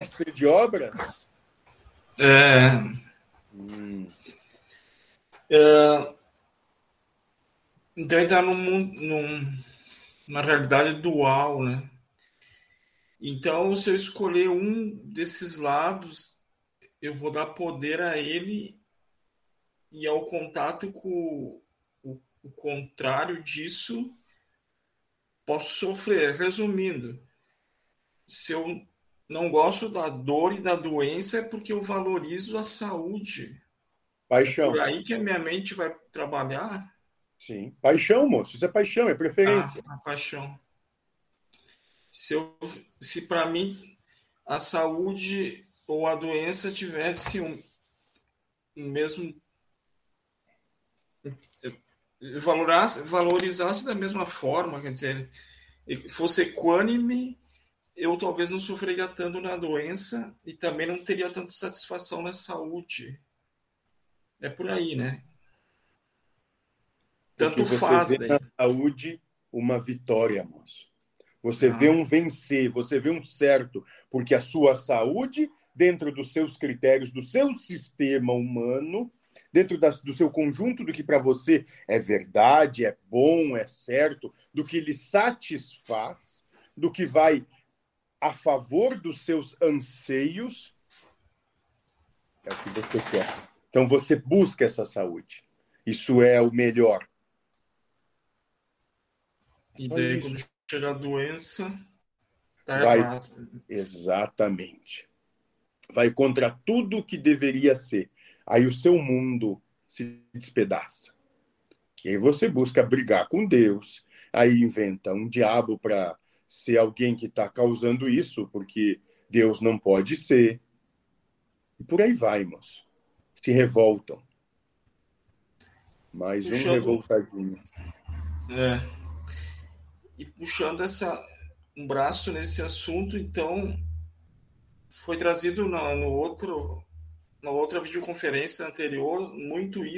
mestre de obras? É, então ele está num mundo, numa realidade dual, né? Então, se eu escolher um desses lados, eu vou dar poder a ele e ao contato com o contrário disso, posso sofrer. Resumindo, se eu não gosto da dor e da doença, é porque eu valorizo a saúde. É por Paixão. aí que a minha mente vai trabalhar. Sim. Paixão, moço. Isso é paixão, é preferência. A paixão. Se, eu, se para mim a saúde ou a doença tivesse um mesmo valorizasse da mesma forma, quer dizer, fosse equânime, eu talvez não sofreria tanto na doença e também não teria tanta satisfação na saúde. É por aí, né? Porque Tanto você faz vê na daí. saúde uma vitória, moço. Você vê Ah, um vencer, você vê um certo, porque a sua saúde, dentro dos seus critérios, do seu sistema humano, dentro do seu conjunto do que para você é verdade, é bom, é certo, do que lhe satisfaz, do que vai a favor dos seus anseios, é o que você quer. Então você busca essa saúde. Isso é o melhor. É e só daí quando isso. chega a doença, tá Vai errado. exatamente. Vai contra tudo que deveria ser. Aí o seu mundo se despedaça. E aí você busca brigar com Deus, aí inventa um diabo para ser alguém que está causando isso, porque Deus não pode ser. E por aí vai, moço. Se revoltam. Mais um Puxando, revoltadinho. é, e puxando um braço nesse assunto, então foi trazido na outra videoconferência anterior muito